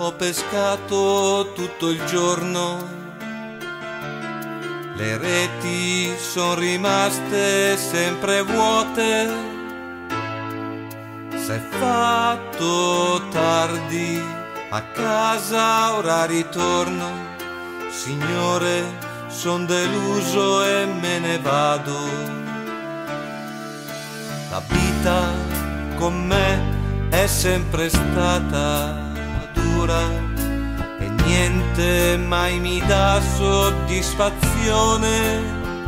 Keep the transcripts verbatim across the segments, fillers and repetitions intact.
ho pescato tutto il giorno, le reti sono rimaste sempre vuote. S'è fatto tardi, a casa ora ritorno. Signore, son deluso e me ne vado. La vita con me è sempre stata dura e niente mai mi dà soddisfazione.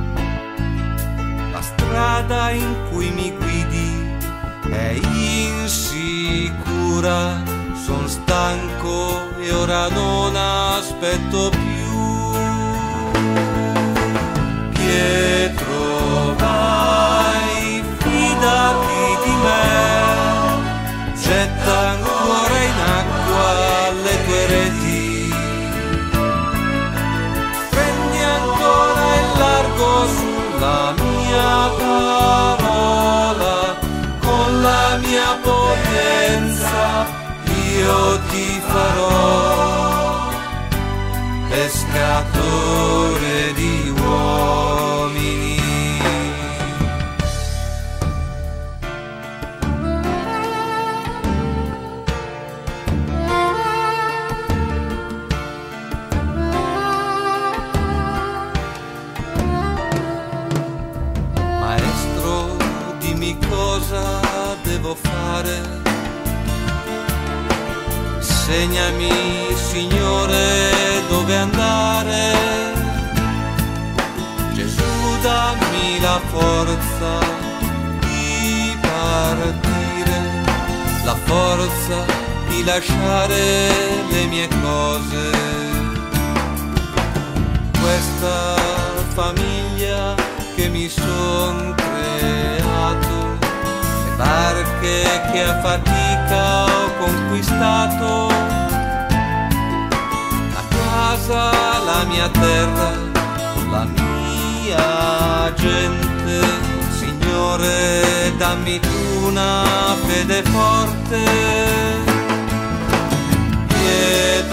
La strada in cui mi guidi è insicura, son stanco e ora non aspetto più. Pietro, vai, fidati di me, getta ancora in acqua le tue reti, prendi ancora il largo sulla mia parola, con la mia potenza io ti farò pescatore di uomini. Maestro, dimmi cosa devo fare. Insegnami, Signore, dove andare. Gesù, dammi la forza di partire, la forza di lasciare le mie cose. Questa famiglia che mi son creato, le barche che a fatica ho conquistato, la casa, la mia terra, la mia gente. Signore, dammi tu una fede forte. Pietro,